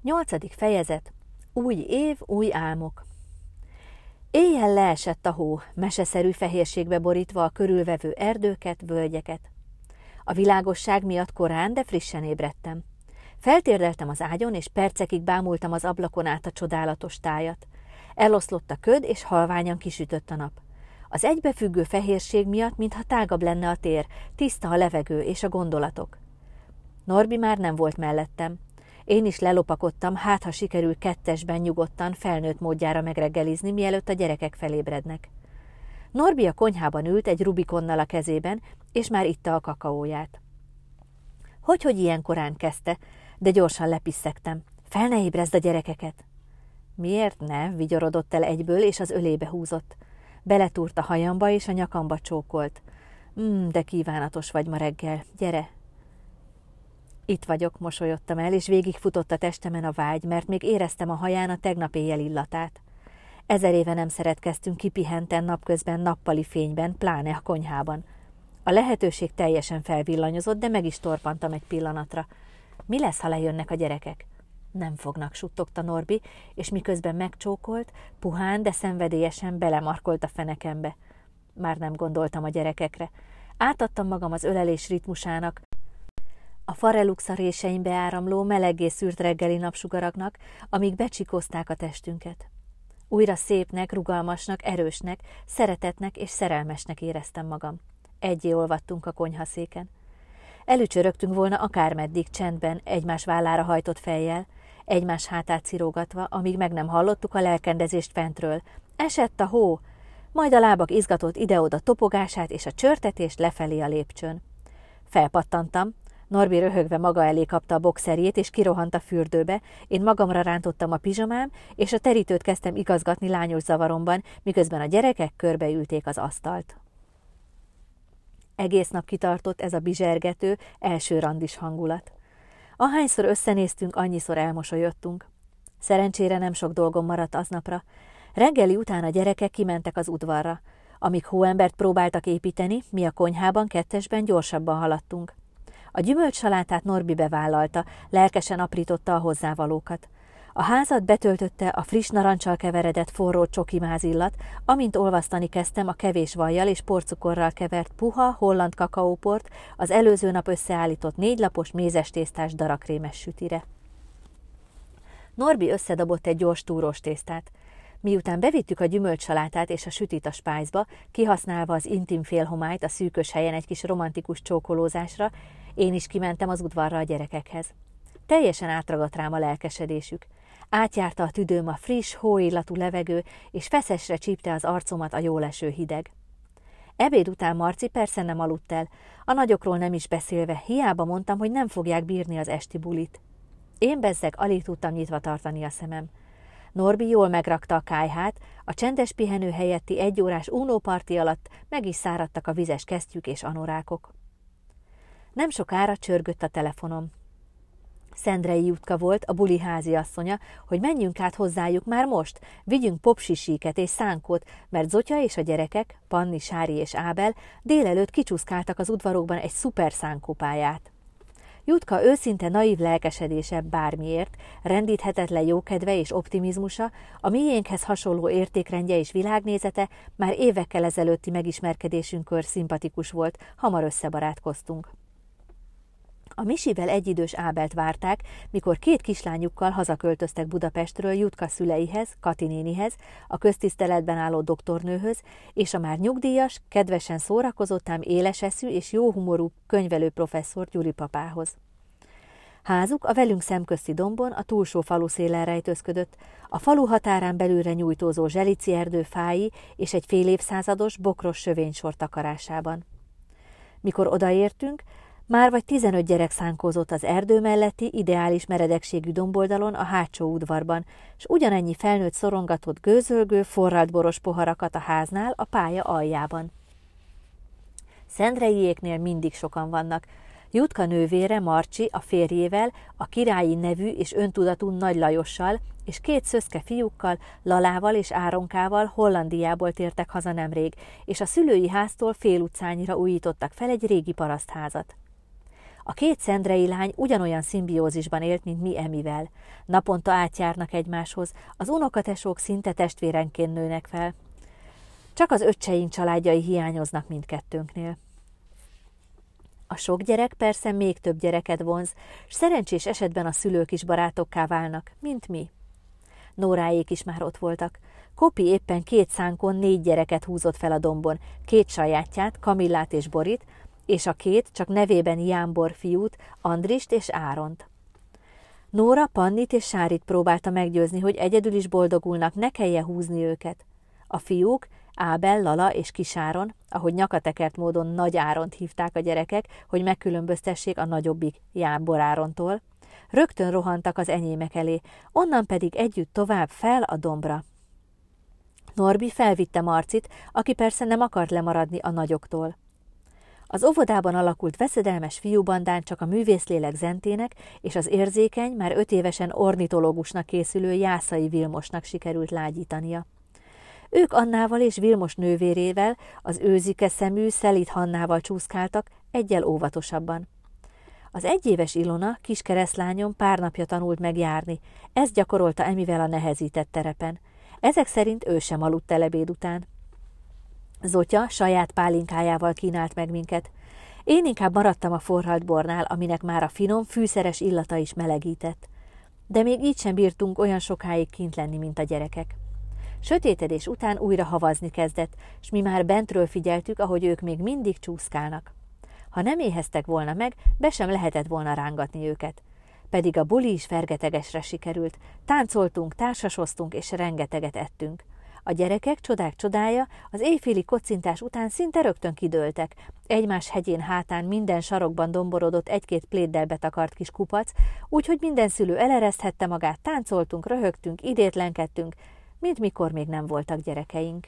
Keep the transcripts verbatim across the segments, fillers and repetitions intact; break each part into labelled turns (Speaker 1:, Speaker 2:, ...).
Speaker 1: Nyolcadik fejezet. Új év, új álmok. Éjjel leesett a hó, meseszerű fehérségbe borítva a körülvevő erdőket, völgyeket. A világosság miatt korán, de frissen ébredtem. Feltérdeltem az ágyon, és percekig bámultam az ablakon át a csodálatos tájat. Eloszlott a köd, és halványan kisütött a nap. Az egybefüggő fehérség miatt, mintha tágabb lenne a tér, tiszta a levegő és a gondolatok. Norbi már nem volt mellettem. Én is lelopakodtam, hát ha sikerül kettesben nyugodtan, felnőtt módjára megreggelizni, mielőtt a gyerekek felébrednek. Norbi a konyhában ült egy Rubikonnal a kezében, és már itta a kakaóját. Hogyhogy ilyen korán kezdte, de gyorsan lepisszegtem. Fel ne ébrezd a gyerekeket! Miért ne? Vigyorodott el egyből, és az ölébe húzott. Beletúrt a hajamba, és a nyakamba csókolt. Mm, de kívánatos vagy ma reggel. Gyere! Itt vagyok, mosolyodtam el, és végigfutott a testemen a vágy, mert még éreztem a haján a tegnap éjjel illatát. Ezer éve nem szeretkeztünk kipihenten napközben, nappali fényben, pláne a konyhában. A lehetőség teljesen felvillanyozott, de meg is torpantam egy pillanatra. Mi lesz, ha lejönnek a gyerekek? Nem fognak, suttogta Norbi, és miközben megcsókolt, puhán, de szenvedélyesen belemarkolt a fenekembe. Már nem gondoltam a gyerekekre. Átadtam magam az ölelés ritmusának, a Farelux réseimbe áramló, meleggé szűrt reggeli napsugaraknak, amíg becsikozták a testünket. Újra szépnek, rugalmasnak, erősnek, szeretetnek és szerelmesnek éreztem magam. Egyé olvadtunk a konyhaszéken. Elücsörögtünk volna akármeddig csendben, egymás vállára hajtott fejjel, egymás hátát cirógatva, amíg meg nem hallottuk a lelkendezést fentről. Esett a hó, majd a lábak izgatott ide-oda topogását és a csörtetést lefelé a lépcsőn. Felpattantam. Norbi röhögve maga elé kapta a boxerjét, és kirohant a fürdőbe, én magamra rántottam a pizsamám, és a terítőt kezdtem igazgatni lányos zavaromban, miközben a gyerekek körbeülték az asztalt. Egész nap kitartott ez a bizsergető, első randis hangulat. Ahányszor összenéztünk, annyiszor elmosolyodtunk. Szerencsére nem sok dolgom maradt aznapra. Reggeli után a gyerekek kimentek az udvarra. Amíg hóembert próbáltak építeni, mi a konyhában kettesben gyorsabban haladtunk. A gyümölcsalátát Norbi bevállalta, lelkesen aprította a hozzávalókat. A házat betöltötte a friss narancsal keveredett forró csokimáz illat, amint olvasztani kezdtem a kevés vajjal és porcukorral kevert puha, holland kakaóport az előző nap összeállított négylapos mézestésztás darakrémes sütire. Norbi összedobott egy gyors túrós tésztát. Miután bevittük a gyümölcsalátát és a sütit a spájzba, kihasználva az intim félhomályt a szűkös helyen egy kis romantikus csókolózásra, én is kimentem az udvarra a gyerekekhez. Teljesen átragadt rám a lelkesedésük. Átjárta a tüdőm a friss, hóillatú levegő, és feszesre csípte az arcomat a jóleső hideg. Ebéd után Marci persze nem aludt el, a nagyokról nem is beszélve, hiába mondtam, hogy nem fogják bírni az esti bulit. Én bezzeg alig tudtam nyitva tartani a szemem. Norbi jól megrakta a kályhát, a csendes pihenő helyetti egyórás unóparti alatt meg is száradtak a vizes kesztyűk és anorákok. Nem sokára csörgött a telefonom. Szendrei Jutka volt, a buli háziasszonya, hogy menjünk át hozzájuk már most, vigyünk popsisíket és szánkót, mert Zotya és a gyerekek, Panni, Sári és Ábel délelőtt kicsúszkáltak az udvarokban egy szuper szánkópályát. Jutka őszinte naív lelkesedése bármiért, rendíthetetlen jókedve és optimizmusa, a miénkhez hasonló értékrendje és világnézete már évekkel ezelőtti megismerkedésünkkor szimpatikus volt, hamar összebarátkoztunk. A Misivel egyidős Ábelt várták, mikor két kislányukkal hazaköltöztek Budapestről Jutka szüleihez, Kati nénihez, a köztiszteletben álló doktornőhöz, és a már nyugdíjas, kedvesen szórakozott ám éleseszű és jóhumorú könyvelő professzor Gyuri papához. Házuk a velünk szemközti dombon a túlsó falu szélen rejtőzködött, a falu határán belülre nyújtózó zselici erdő fái és egy fél évszázados, bokros sövénysor takarásában. Mikor odaértünk, már vagy tizenöt gyerek szánkózott az erdő melletti, ideális meredekségű domboldalon a hátsó udvarban, s ugyanennyi felnőtt szorongatott gőzölgő, forralt boros poharakat a háznál a pálya aljában. Szendreiéknél mindig sokan vannak. Jutka nővére, Marcsi, a férjével, a Királyi nevű és öntudatú Nagy Lajossal, és két szöszke fiúkkal, Lalával és Áronkával Hollandiából tértek haza nemrég, és a szülői háztól fél utcányira újítottak fel egy régi parasztházat. A két szendrei lány ugyanolyan szimbiózisban élt, mint mi Emivel. Naponta átjárnak egymáshoz, az unokatesók szinte testvérenként nőnek fel. Csak az öccseink családjai hiányoznak mindkettőnknél. A sok gyerek persze még több gyereket vonz, s szerencsés esetben a szülők is barátokká válnak, mint mi. Nóráék is már ott voltak. Kopi éppen két szánkon négy gyereket húzott fel a dombon, két sajátját, Kamillát és Borit, és a két csak nevében Jámbor fiút, Andrist és Áront. Nóra Pannit és Sárit próbálta meggyőzni, hogy egyedül is boldogulnak, ne kelljen húzni őket. A fiúk, Ábel, Lala és Kisáron, ahogy nyakatekert módon Nagy Áront hívták a gyerekek, hogy megkülönböztessék a nagyobbik Jámbor Árontól, rögtön rohantak az enyémek elé, onnan pedig együtt tovább fel a dombra. Norbi felvitte Marcit, aki persze nem akart lemaradni a nagyoktól. Az óvodában alakult veszedelmes fiúbandán csak a művészlélek Zentének és az érzékeny, már öt évesen ornitológusnak készülő Jászai Vilmosnak sikerült lágyítania. Ők Annával és Vilmos nővérével, az őzike szemű Szelit Hannával csúszkáltak, egyel óvatosabban. Az egyéves Ilona, kis keresztlányom pár napja tanult meg járni, ez gyakorolta Emivel a nehezített terepen. Ezek szerint ő sem aludt el ebéd után. Zotya saját pálinkájával kínált meg minket. Én inkább maradtam a forralt bornál, aminek már a finom, fűszeres illata is melegített. De még így sem bírtunk olyan sokáig kint lenni, mint a gyerekek. Sötétedés után újra havazni kezdett, s mi már bentről figyeltük, ahogy ők még mindig csúszkálnak. Ha nem éheztek volna meg, be sem lehetett volna rángatni őket. Pedig a buli is fergetegesre sikerült. Táncoltunk, társasoztunk és rengeteget ettünk. A gyerekek csodák csodája az éjféli kocintás után szinte rögtön kidőltek. Egymás hegyén hátán minden sarokban domborodott egy-két pléddel betakart kis kupac, úgyhogy minden szülő elereszthette magát, táncoltunk, röhögtünk, idétlenkedtünk, mint mikor még nem voltak gyerekeink.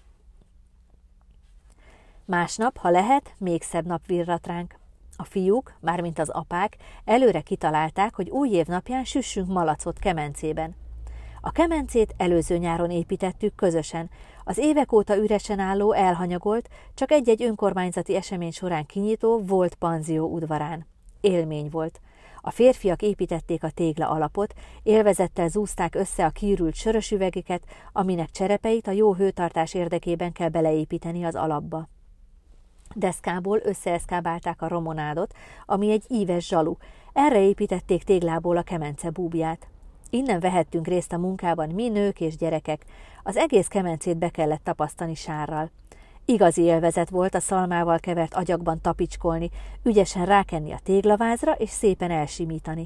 Speaker 1: Másnap, ha lehet, még szebb nap virrat ránk. A fiúk, mármint az apák, előre kitalálták, hogy új év napján süssünk malacot kemencében. A kemencét előző nyáron építettük közösen, az évek óta üresen álló, elhanyagolt, csak egy-egy önkormányzati esemény során kinyitó volt panzió udvarán. Élmény volt. A férfiak építették a tégla alapot, élvezettel zúzták össze a kiürült sörös üvegeket, aminek cserepeit a jó hőtartás érdekében kell beleépíteni az alapba. Deszkából összeeszkábálták a romonádot, ami egy íves zsalu. Erre építették téglából a kemence búbját. Innen vehettünk részt a munkában mi nők és gyerekek. Az egész kemencét be kellett tapasztani sárral. Igazi élvezet volt a szalmával kevert agyagban tapicskolni, ügyesen rákenni a téglavázra és szépen elsimítani.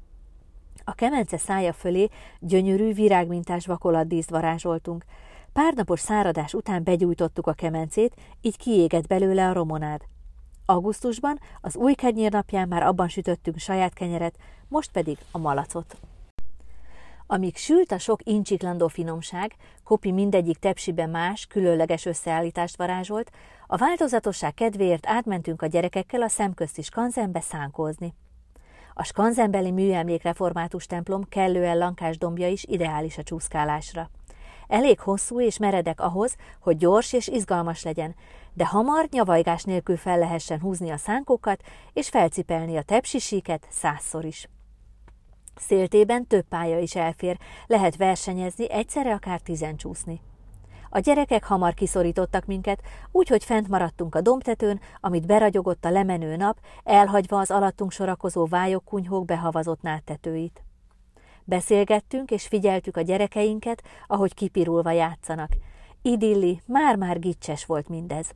Speaker 1: A kemence szája fölé gyönyörű, virágmintás vakolatdíszt varázsoltunk. Pár napos száradás után begyújtottuk a kemencét, így kiégett belőle a romonád. Augusztusban, az új kenyér napján már abban sütöttünk saját kenyeret, most pedig a malacot. Amíg sült a sok incsiklandó finomság, Kopi mindegyik tepsiben más, különleges összeállítást varázsolt, a változatosság kedvéért átmentünk a gyerekekkel a szemközti skanzenbe szánkózni. A skanzenbeli műemlékreformátus templom kellően lankás dombja is ideális a csúszkálásra. Elég hosszú és meredek ahhoz, hogy gyors és izgalmas legyen, de hamar, nyavajgás nélkül fel lehessen húzni a szánkókat és felcipelni a tepsisíket százszor is. Széltében több pálya is elfér, lehet versenyezni, egyszerre akár tizen csúszni. A gyerekek hamar kiszorítottak minket, úgyhogy fent maradtunk a dombtetőn, amit beragyogott a lemenő nap, elhagyva az alattunk sorakozó vályokkunyhók behavazott nádtetőit. Beszélgettünk és figyeltük a gyerekeinket, ahogy kipirulva játszanak. Idilli, már-már gicses volt mindez.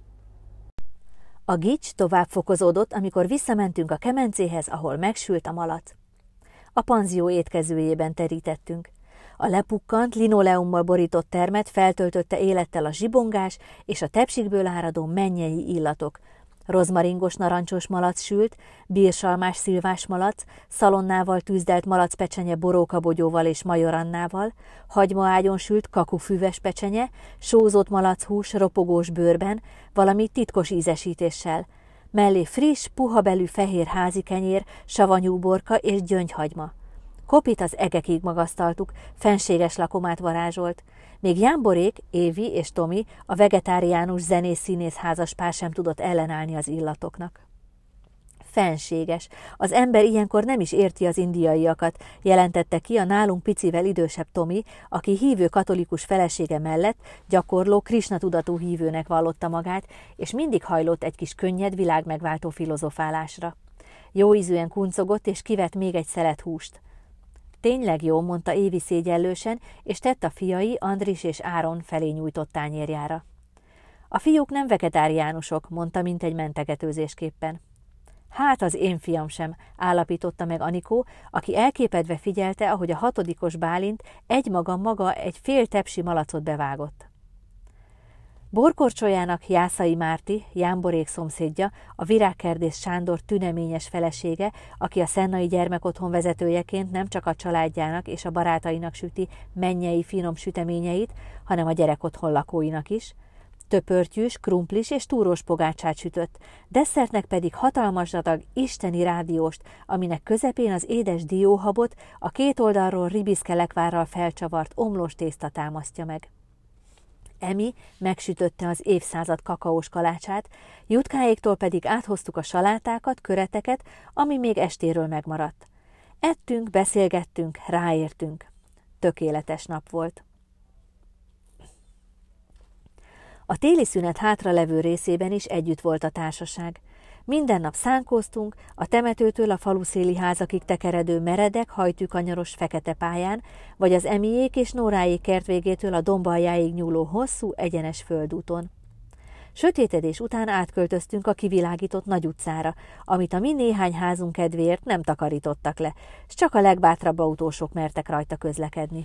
Speaker 1: A gics tovább fokozódott, amikor visszamentünk a kemencéhez, ahol megsült a malac. A panzió étkezőjében terítettünk. A lepukkant, linoleummal borított termet feltöltötte élettel a zsibongás és a tepsikből áradó mennyei illatok. Rozmaringos narancsos malac sült, bírsalmás szilvás malac, szalonnával tűzdelt malacpecsenye borókabogyóval és majorannával, hagymaágyon sült kakufüves pecsenye, sózott malachús ropogós bőrben, valami titkos ízesítéssel. Mellé friss, puha belű fehér házi kenyér, savanyú borka és gyöngyhagyma. Kopit az egekig magasztaltuk, fenséges lakomát varázsolt. Még Jámborék, Évi és Tomi, a vegetáriánus zenész-színész házaspár sem tudott ellenállni az illatoknak. fenséges. Az ember ilyenkor nem is érti az indiaiakat, jelentette ki a nálunk picivel idősebb Tomi, aki hívő katolikus felesége mellett gyakorló Krisna tudatú hívőnek vallotta magát, és mindig hajlott egy kis könnyed, világmegváltó filozofálásra. Jóízűen kuncogott, és kivett még egy szelet húst. Tényleg jó, mondta Évi szégyellősen, és tett a fiai, Andris és Áron felé nyújtott tányérjára. A fiúk nem vegetáriánusok, mondta, mint egy mentegetőzésképpen. Hát az én fiam sem, állapította meg Anikó, aki elképedve figyelte, ahogy a hatodikos Bálint egymaga maga egy fél tepsi malacot bevágott. Borkorcsolyának Jászai Márti, Jámborék szomszédja, a virágkertész Sándor tüneményes felesége, aki a Szennai gyermekotthon vezetőjeként nem csak a családjának és a barátainak süti mennyei finom süteményeit, hanem a gyerekotthon lakóinak is, töpörtyűs, krumplis és túrós pogácsát sütött, desszertnek pedig hatalmas adag isteni rádióst, aminek közepén az édes dióhabot a két oldalról ribiszkelekvárral felcsavart omlós tészta támasztja meg. Emi megsütötte az évszázad kakaós kalácsát, Jutkáéktól pedig áthoztuk a salátákat, köreteket, ami még estéről megmaradt. Ettünk, beszélgettünk, ráértünk. Tökéletes nap volt. A téli szünet hátralevő részében is együtt volt a társaság. Minden nap szánkóztunk, a temetőtől a faluszéli házakig tekeredő meredek, hajtűkanyaros fekete pályán, vagy az Emiék és Nóráék kertvégétől a dombaljáig nyúló hosszú, egyenes földúton. Sötétedés után átköltöztünk a kivilágított nagy utcára, amit a mi néhány házunk kedvéért nem takarítottak le, s csak a legbátrabb autósok mertek rajta közlekedni.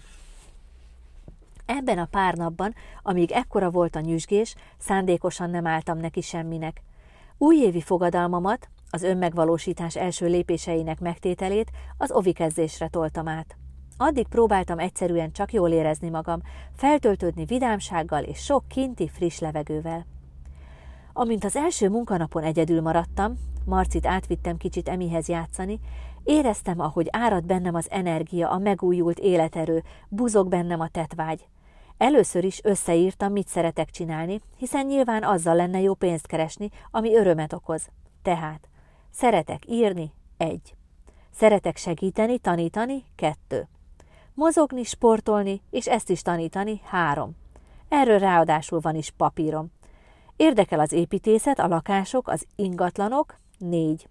Speaker 1: Ebben a pár napban, amíg ekkora volt a nyüzsgés, szándékosan nem álltam neki semminek. Újévi fogadalmamat, az önmegvalósítás első lépéseinek megtételét az ovikezdésre toltam át. Addig próbáltam egyszerűen csak jól érezni magam, feltöltődni vidámsággal és sok kinti, friss levegővel. Amint az első munkanapon egyedül maradtam, Marcit átvittem kicsit Emihez játszani, éreztem, ahogy árad bennem az energia, a megújult életerő, buzog bennem a tettvágy. Először is összeírtam, mit szeretek csinálni, hiszen nyilván azzal lenne jó pénzt keresni, ami örömet okoz. Tehát szeretek írni, egy. Szeretek segíteni, tanítani, kettő. Mozogni, sportolni, és ezt is tanítani, három. Erről ráadásul van is papírom. Érdekel az építészet, a lakások, az ingatlanok, négy.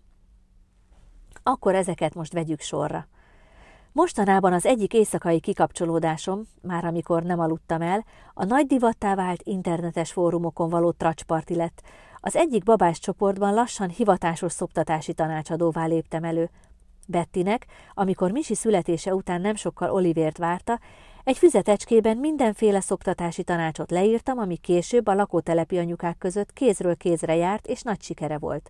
Speaker 1: Akkor ezeket most vegyük sorra. Mostanában az egyik éjszakai kikapcsolódásom, már amikor nem aludtam el, a nagy divattá vált internetes fórumokon való tracsparti lett. Az egyik babás csoportban lassan hivatásos szoptatási tanácsadóvá léptem elő. Bettinek, amikor Misi születése után nem sokkal Olivért várta, egy füzetecskében mindenféle szoptatási tanácsot leírtam, ami később a lakótelepi anyukák között kézről kézre járt, és nagy sikere volt.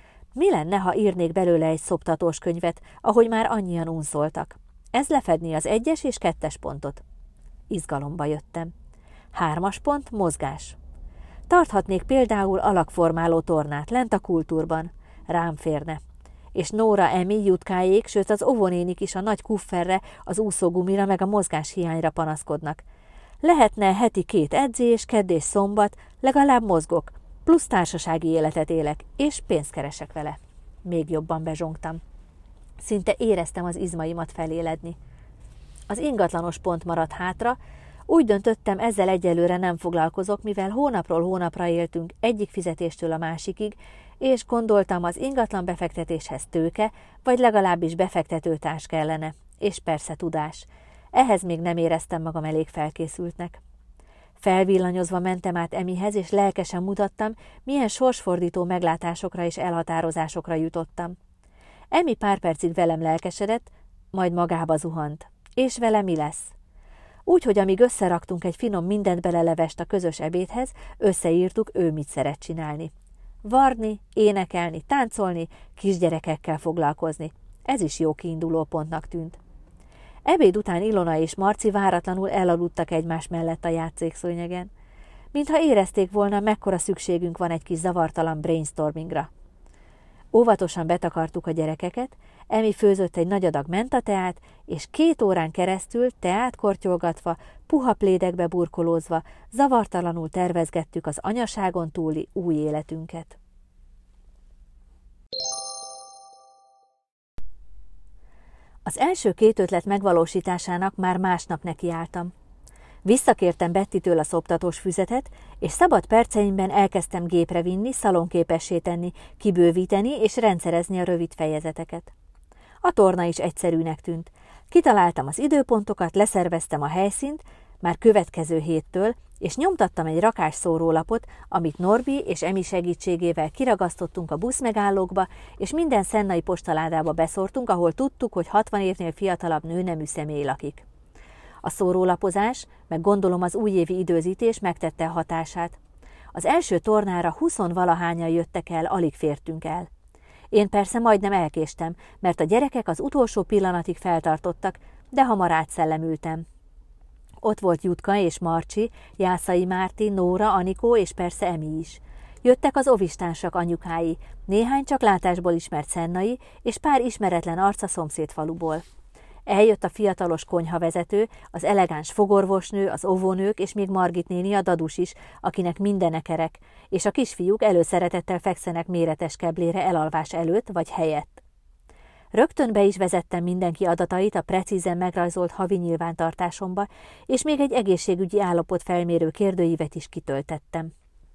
Speaker 1: Mi lenne, ha írnék belőle egy szoptatós könyvet, ahogy már annyian unszoltak? Ez lefedni az egyes és kettes pontot. Izgalomba jöttem. Hármas pont, mozgás. Tarthatnék például alakformáló tornát lent a kultúrban. Rám férne. És Nóra, Emi, Jutkáék, sőt az óvonénik is a nagy kufferre, az úszógumira meg a mozgás hiányra panaszkodnak. Lehetne heti két edzés, kedd és szombat, legalább mozgok, plusz társasági életet élek, és pénzt keresek vele. Még jobban bezsongtam. Szinte éreztem az izmaimat feléledni. Az ingatlanos pont maradt hátra, úgy döntöttem, ezzel egyelőre nem foglalkozok, mivel hónapról hónapra éltünk egyik fizetéstől a másikig, és gondoltam, az ingatlan befektetéshez tőke, vagy legalábbis befektetőtárs kellene, és persze tudás. Ehhez még nem éreztem magam elég felkészültnek. Felvillanyozva mentem át Emihez, és lelkesen mutattam, milyen sorsfordító meglátásokra és elhatározásokra jutottam. Emi pár percig velem lelkesedett, majd magába zuhant. És vele mi lesz? Úgy, hogy amíg összeraktunk egy finom mindent belelevest a közös ebédhez, összeírtuk, ő mit szeret csinálni. Varni, énekelni, táncolni, kisgyerekekkel foglalkozni. Ez is jó kiinduló pontnak tűnt. Ebéd után Ilona és Marci váratlanul elaludtak egymás mellett a játszékszőnyegen. Mintha érezték volna, mekkora szükségünk van egy kis zavartalan brainstormingra. Óvatosan betakartuk a gyerekeket, Emi főzött egy nagy adag mentateát, és két órán keresztül teát kortyolgatva, puha plédekbe burkolózva, zavartalanul tervezgettük az anyaságon túli új életünket. Az első két ötlet megvalósításának már másnap nekiálltam. Visszakértem Bettitől a szoptatós füzetet, és szabad perceimben elkezdtem gépre vinni, szalonképessé tenni, kibővíteni és rendszerezni a rövid fejezeteket. A torna is egyszerűnek tűnt. Kitaláltam az időpontokat, leszerveztem a helyszínt, már következő héttől, és nyomtattam egy rakás szórólapot, amit Norbi és Emi segítségével kiragasztottunk a buszmegállókba, és minden szennai postaládába beszórtunk, ahol tudtuk, hogy hatvan évnél fiatalabb nőnemű személy lakik. A szórólapozás, meg gondolom az újévi időzítés megtette a hatását. Az első tornára huszonvalahányan jöttek el, alig fértünk el. Én persze majdnem elkéstem, mert a gyerekek az utolsó pillanatig feltartottak, de hamar átszellemültem. Ott volt Jutka és Marcsi, Jászai Márti, Nóra, Anikó és persze Emi is. Jöttek az ovistársak anyukái, néhány csak látásból ismert szennai, és pár ismeretlen arc a szomszédfaluból. Eljött a fiatalos konyhavezető, az elegáns fogorvosnő, az óvónők, és még Margit néni, a dadus is, akinek mindene kerek, és a kisfiúk előszeretettel fekszenek méretes keblére elalvás előtt vagy helyett. Rögtön be is vezettem mindenki adatait a precízen megrajzolt havi nyilvántartásomba, és még egy egészségügyi állapot felmérő kérdőívet is kitöltettem.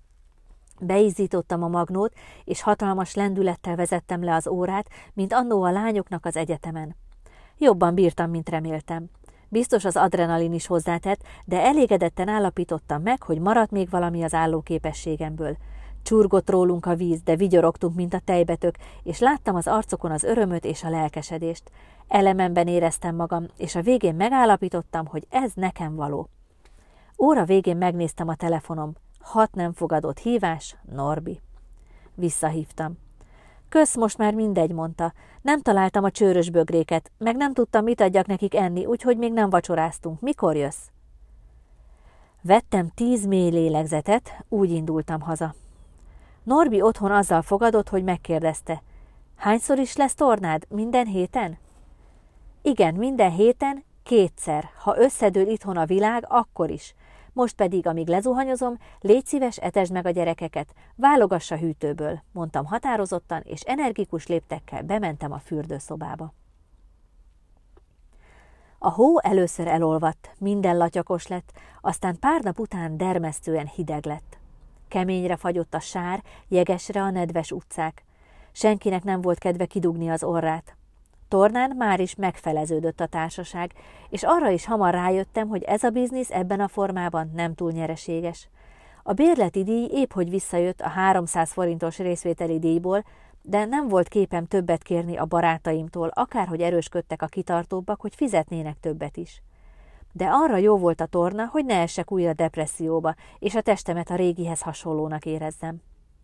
Speaker 1: Beizzítottam a magnót, és hatalmas lendülettel vezettem le az órát, mint annó a lányoknak az egyetemen. Jobban bírtam, mint reméltem. Biztos az adrenalin is hozzátett, de elégedetten állapítottam meg, hogy maradt még valami az állóképességemből. Csurgott rólunk a víz, de vigyorogtunk, mint a tejbetök, és láttam az arcokon az örömöt és a lelkesedést. Elememben éreztem magam, és a végén megállapítottam, hogy ez nekem való. Óra végén megnéztem a telefonom. Hat nem fogadott hívás, Norbi. Visszahívtam. Kösz, most már mindegy, mondta. Nem találtam a csőrös bögréket, meg nem tudtam, mit adjak nekik enni, úgyhogy még nem vacsoráztunk. Mikor jössz? Vettem tíz mély lélegzetet, úgy indultam haza. Norbi otthon azzal fogadott, hogy megkérdezte. Hányszor is lesz tornád? Minden héten? Igen, minden héten, kétszer. Ha összedől itthon a világ, akkor is. Most pedig, amíg lezuhanyozom, légy szíves, etesd meg a gyerekeket, válogass a hűtőből, mondtam határozottan, és energikus léptekkel bementem a fürdőszobába. A hó először elolvadt, minden latyakos lett, aztán pár nap után dermesztően hideg lett. Keményre fagyott a sár, jegesre a nedves utcák. Senkinek nem volt kedve kidugni az orrát. Tornán már is megfeleződött a társaság, és arra is hamar rájöttem, hogy ez a biznisz ebben a formában nem túl nyereséges. A bérleti díj épp hogy visszajött a háromszáz forintos részvételi díjból, de nem volt képem többet kérni a barátaimtól, akárhogy erősködtek a kitartóbbak, hogy fizetnének többet is. De arra jó volt a torna, hogy ne essek újra depresszióba, és a testemet a régihez hasonlónak érezzem.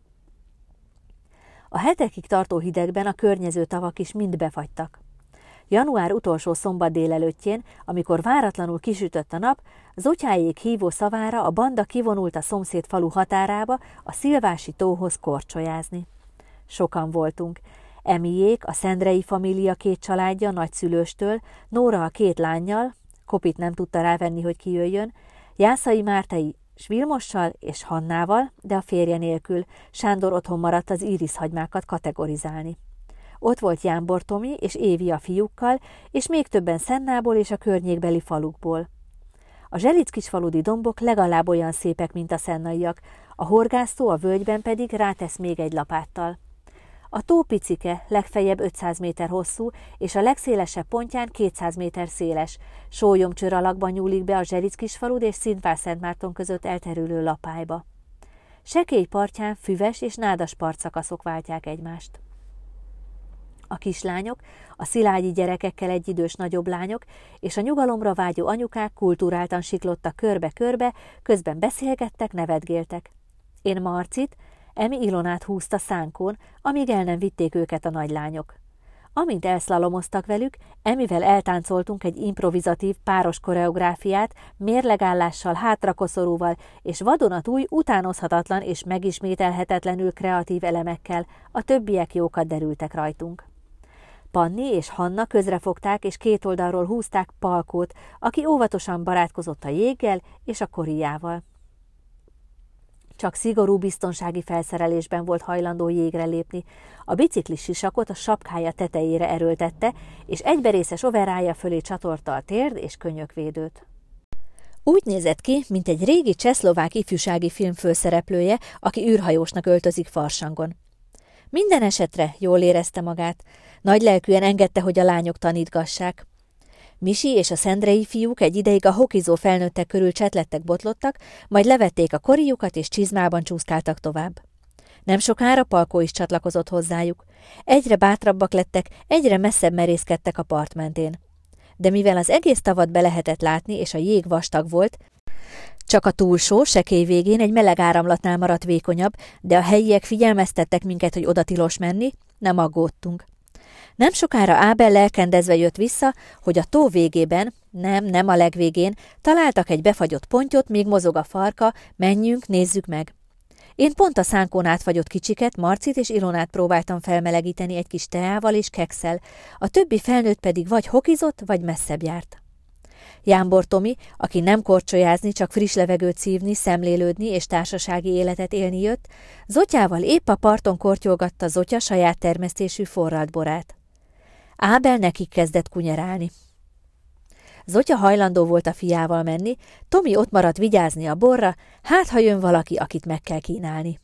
Speaker 1: A hetekig tartó hidegben a környező tavak is mind befagytak. Január utolsó szombat délelőttjén, amikor váratlanul kisütött a nap, Zotyáék hívó szavára a banda kivonult a szomszéd falu határába a Szilvási tóhoz korcsolyázni. Sokan voltunk. Emiék, a Szendrei família két családja nagyszülőstől, Nóra a két lánnyal, Kopit nem tudta rávenni, hogy kijöjjön, Jászai Mártai s Vilmossal és Hannával, de a férje nélkül. Sándor otthon maradt az íriszhagymákat kategorizálni. Ott volt Jánbor Tomi és Évi a fiúkkal, és még többen Szennából és a környékbeli falukból. A zselickisfaludi dombok legalább olyan szépek, mint a szennaiak, a horgásztó a völgyben pedig rátesz még egy lapáttal. A tó picike, legfeljebb ötszáz méter hosszú, és a legszélesebb pontján kétszáz méter széles, sólyomcsőr alakban nyúlik be a Zselickisfalud és Szintvár-Szentmárton között elterülő lapályba. Sekély partján füves és nádas partszakaszok váltják egymást. A kislányok, a szilágyi gyerekekkel egyidős nagyobb lányok és a nyugalomra vágyó anyukák kulturáltan siklottak körbe-körbe, közben beszélgettek, nevetgéltek. Én Marcit, Emi Ilonát húzta szánkón, amíg el nem vitték őket a nagylányok. Amint elszlalomoztak velük, Emivel eltáncoltunk egy improvizatív páros koreográfiát, mérlegállással, hátrakoszorúval és vadonatúj, utánozhatatlan és megismételhetetlenül kreatív elemekkel, a többiek jókat derültek rajtunk. Panni és Hanna közrefogták és két oldalról húzták Palkót, aki óvatosan barátkozott a jéggel és a koriával. Csak szigorú biztonsági felszerelésben volt hajlandó jégre lépni. A biciklis sisakot a sapkája tetejére erőltette, és egyberészes overája fölé csatorta a térd és könyökvédőt. Úgy nézett ki, mint egy régi csehszlovák ifjúsági film főszereplője, aki űrhajósnak öltözik farsangon. Minden esetre jól érezte magát, nagylelkűen engedte, hogy a lányok tanítgassák. Misi és a szendrei fiúk egy ideig a hokizó felnőttek körül csetlettek, botlottak, majd levették a koriukat és csizmában csúszkáltak tovább. Nem sokára Palkó is csatlakozott hozzájuk. Egyre bátrabbak lettek, egyre messzebb merészkedtek a part mentén. De mivel az egész tavat be lehetett látni, és a jég vastag volt, csak a túlsó, sekély végén egy meleg áramlatnál maradt vékonyabb, de a helyiek figyelmeztettek minket, hogy oda tilos menni, nem aggódtunk. Nem sokára Ábel lelkendezve jött vissza, hogy a tó végében, nem, nem a legvégén, találtak egy befagyott pontyot, míg mozog a farka, menjünk, nézzük meg. Én pont a szánkón átfagyott kicsiket, Marcit és Ilonát próbáltam felmelegíteni egy kis teával és kekszel, a többi felnőtt pedig vagy hokizott, vagy messzebb járt. Jámbor Tomi, aki nem korcsolyázni, csak friss levegőt szívni, szemlélődni és társasági életet élni jött, Zotyával épp a parton kortyolgatta Zotya saját termesztésű forralt borát. Ábel nekik kezdett kunyerálni. Zotya hajlandó volt a fiával menni, Tomi ott maradt vigyázni a borra, hát ha jön valaki, akit meg kell kínálni.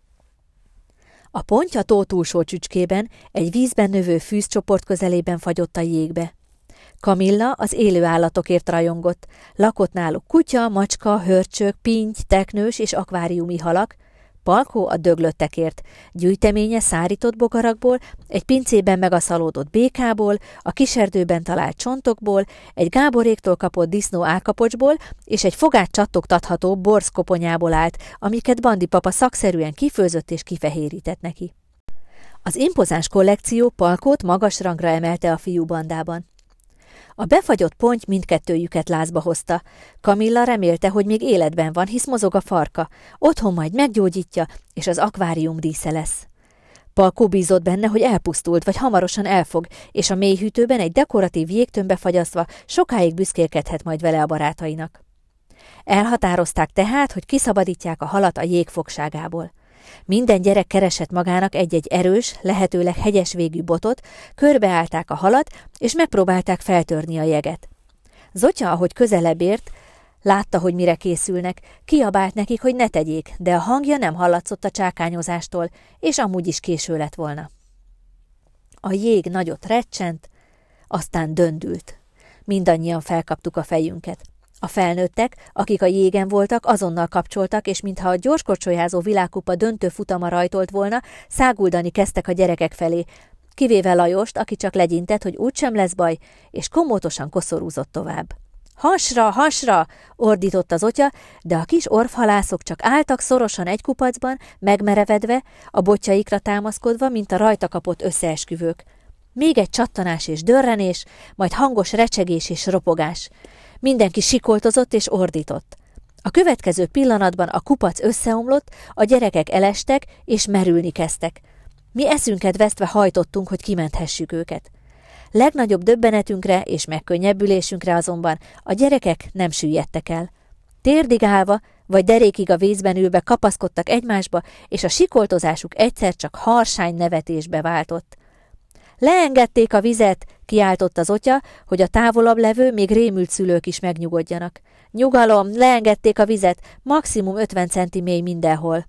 Speaker 1: A pontja tó túlsó csücskében, egy vízben növő fűzcsoport közelében fagyott a jégbe. Kamilla az élő állatokért rajongott, lakott náluk kutya, macska, hörcsök, pinty, teknős és akváriumi halak, Palkó a döglöttekért, gyűjteménye szárított bogarakból, egy pincében megaszalódott békából, a kiserdőben talált csontokból, egy Gáboréktól kapott disznó állkapocsból és egy fogát csattogtatható borszkoponyából állt, amiket Bandi papa szakszerűen kifőzött és kifehérített neki. Az impozáns kollekció Palkót magas rangra emelte a fiúbandában. A befagyott ponty mindkettőjüket lázba hozta. Kamilla remélte, hogy még életben van, hisz mozog a farka. Otthon majd meggyógyítja, és az akvárium dísze lesz. Palkó bízott benne, hogy elpusztult, vagy hamarosan elfog, és a mélyhűtőben egy dekoratív jégtömbbe fagyasztva sokáig büszkélkedhet majd vele a barátainak. Elhatározták tehát, hogy kiszabadítják a halat a jég fogságából. Minden gyerek keresett magának egy-egy erős, lehetőleg hegyes végű botot, körbeállták a halat, és megpróbálták feltörni a jeget. Zotya, ahogy közelebb ért, látta, hogy mire készülnek, kiabált nekik, hogy ne tegyék, de a hangja nem hallatszott a csákányozástól, és amúgy is késő lett volna. A jég nagyot recsent, aztán döndült. Mindannyian felkaptuk a fejünket. A felnőttek, akik a jégen voltak, azonnal kapcsoltak, és mintha a gyorskocsolyázó világkupa döntő futama rajtolt volna, száguldani kezdtek a gyerekek felé, kivéve Lajost, aki csak legyintett, hogy úgysem lesz baj, és komótosan koszorúzott tovább. Hasra, hasra! Ordított az Zotya, de a kis orvhalászok csak álltak szorosan egy kupacban, megmerevedve, a botjaikra támaszkodva, mint a rajta kapott összeesküvők. Még egy csattanás és dörrenés, majd hangos recsegés és ropogás. Mindenki sikoltozott és ordított. A következő pillanatban a kupac összeomlott, a gyerekek elestek és merülni kezdtek. Mi eszünket vesztve hajtottunk, hogy kimenthessük őket. Legnagyobb döbbenetünkre és megkönnyebbülésünkre azonban a gyerekek nem süllyedtek el. Térdig állva, vagy derékig a vízben ülve kapaszkodtak egymásba, és a sikoltozásuk egyszer csak harsány nevetésbe váltott. Leengedték a vizet, kiáltott az Zotya, hogy a távolabb levő, még rémült szülők is megnyugodjanak. Nyugalom, leengedték a vizet, maximum ötven centi mély mindenhol.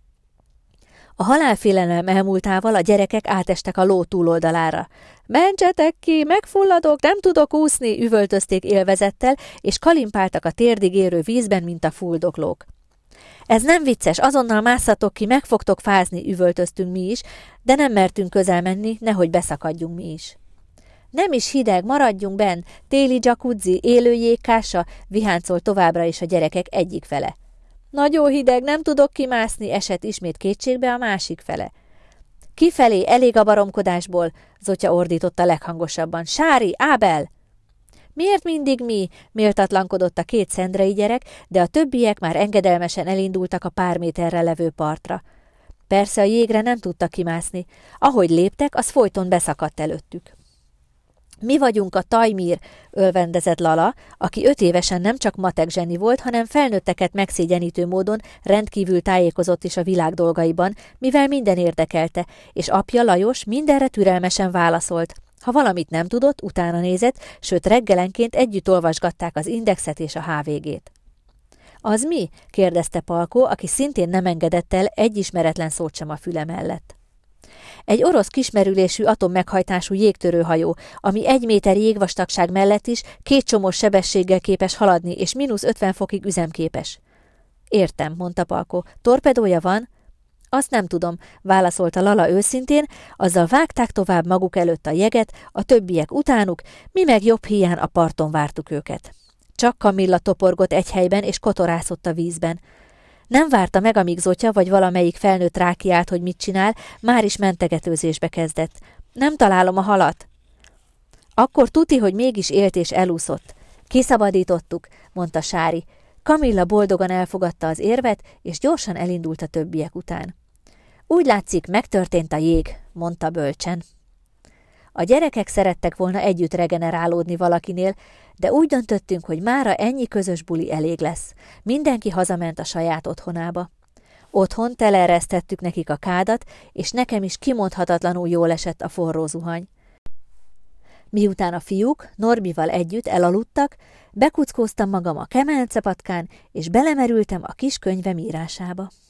Speaker 1: A halálfélelem elmúltával a gyerekek átestek a ló túloldalára. Mentsetek ki, megfulladok, nem tudok úszni, üvöltözték élvezettel, és kalimpáltak a térdig érő vízben, mint a fuldoklók. Ez nem vicces, azonnal másszatok ki, meg fogtok fázni, üvöltöztünk mi is, de nem mertünk közel menni, nehogy beszakadjunk mi is. Nem is hideg, maradjunk benn, téli jacuzzi, élő jégkása, viháncolt továbbra is a gyerekek egyik fele. Nagyon hideg, nem tudok kimászni, esett ismét kétségbe a másik fele. Kifelé, elég a baromkodásból, Zotya ordította leghangosabban. Sári, Ábel! Miért mindig mi? Méltatlankodott a két szendrei gyerek, de a többiek már engedelmesen elindultak a pár méterre levő partra. Persze a jégre nem tudtak kimászni. Ahogy léptek, az folyton beszakadt előttük. Mi vagyunk a Tajmír, örvendezett Lala, aki öt évesen nem csak matek zseni volt, hanem felnőtteket megszégyenítő módon rendkívül tájékozott is a világ dolgaiban, mivel minden érdekelte, és apja Lajos mindenre türelmesen válaszolt. Ha valamit nem tudott, utána nézett, sőt reggelenként együtt olvasgatták az Indexet és a há vé gét. Az mi? kérdezte Palkó, aki szintén nem engedett el egy ismeretlen szót sem a füle mellett. Egy orosz kismerülésű atommeghajtású jégtörőhajó, ami egy méter jégvastagság mellett is két csomós sebességgel képes haladni, és mínusz ötven fokig üzemképes. Értem, mondta Palkó. Torpedója van? Azt nem tudom, válaszolta Lala őszintén, azzal vágták tovább maguk előtt a jeget, a többiek utánuk, mi meg jobb híján a parton vártuk őket. Csak Kamilla toporgott egy helyben, és kotorászott a vízben. Nem várta meg, amíg Zotya vagy valamelyik felnőtt rákiált, hogy mit csinál, már is mentegetőzésbe kezdett. Nem találom a halat. Akkor tuti, hogy mégis élt és elúszott. Kiszabadítottuk, mondta Sári. Kamilla boldogan elfogadta az érvet, és gyorsan elindult a többiek után. Úgy látszik, megtörtént a jég, mondta bölcsen. A gyerekek szerettek volna együtt regenerálódni valakinél, de úgy döntöttünk, hogy mára ennyi közös buli elég lesz. Mindenki hazament a saját otthonába. Otthon teleeresztettük nekik a kádat, és nekem is kimondhatatlanul jól esett a forró zuhany. Miután a fiúk Norbival együtt elaludtak, bekuckóztam magam a kemencepatkán, és belemerültem a kis könyvem írásába.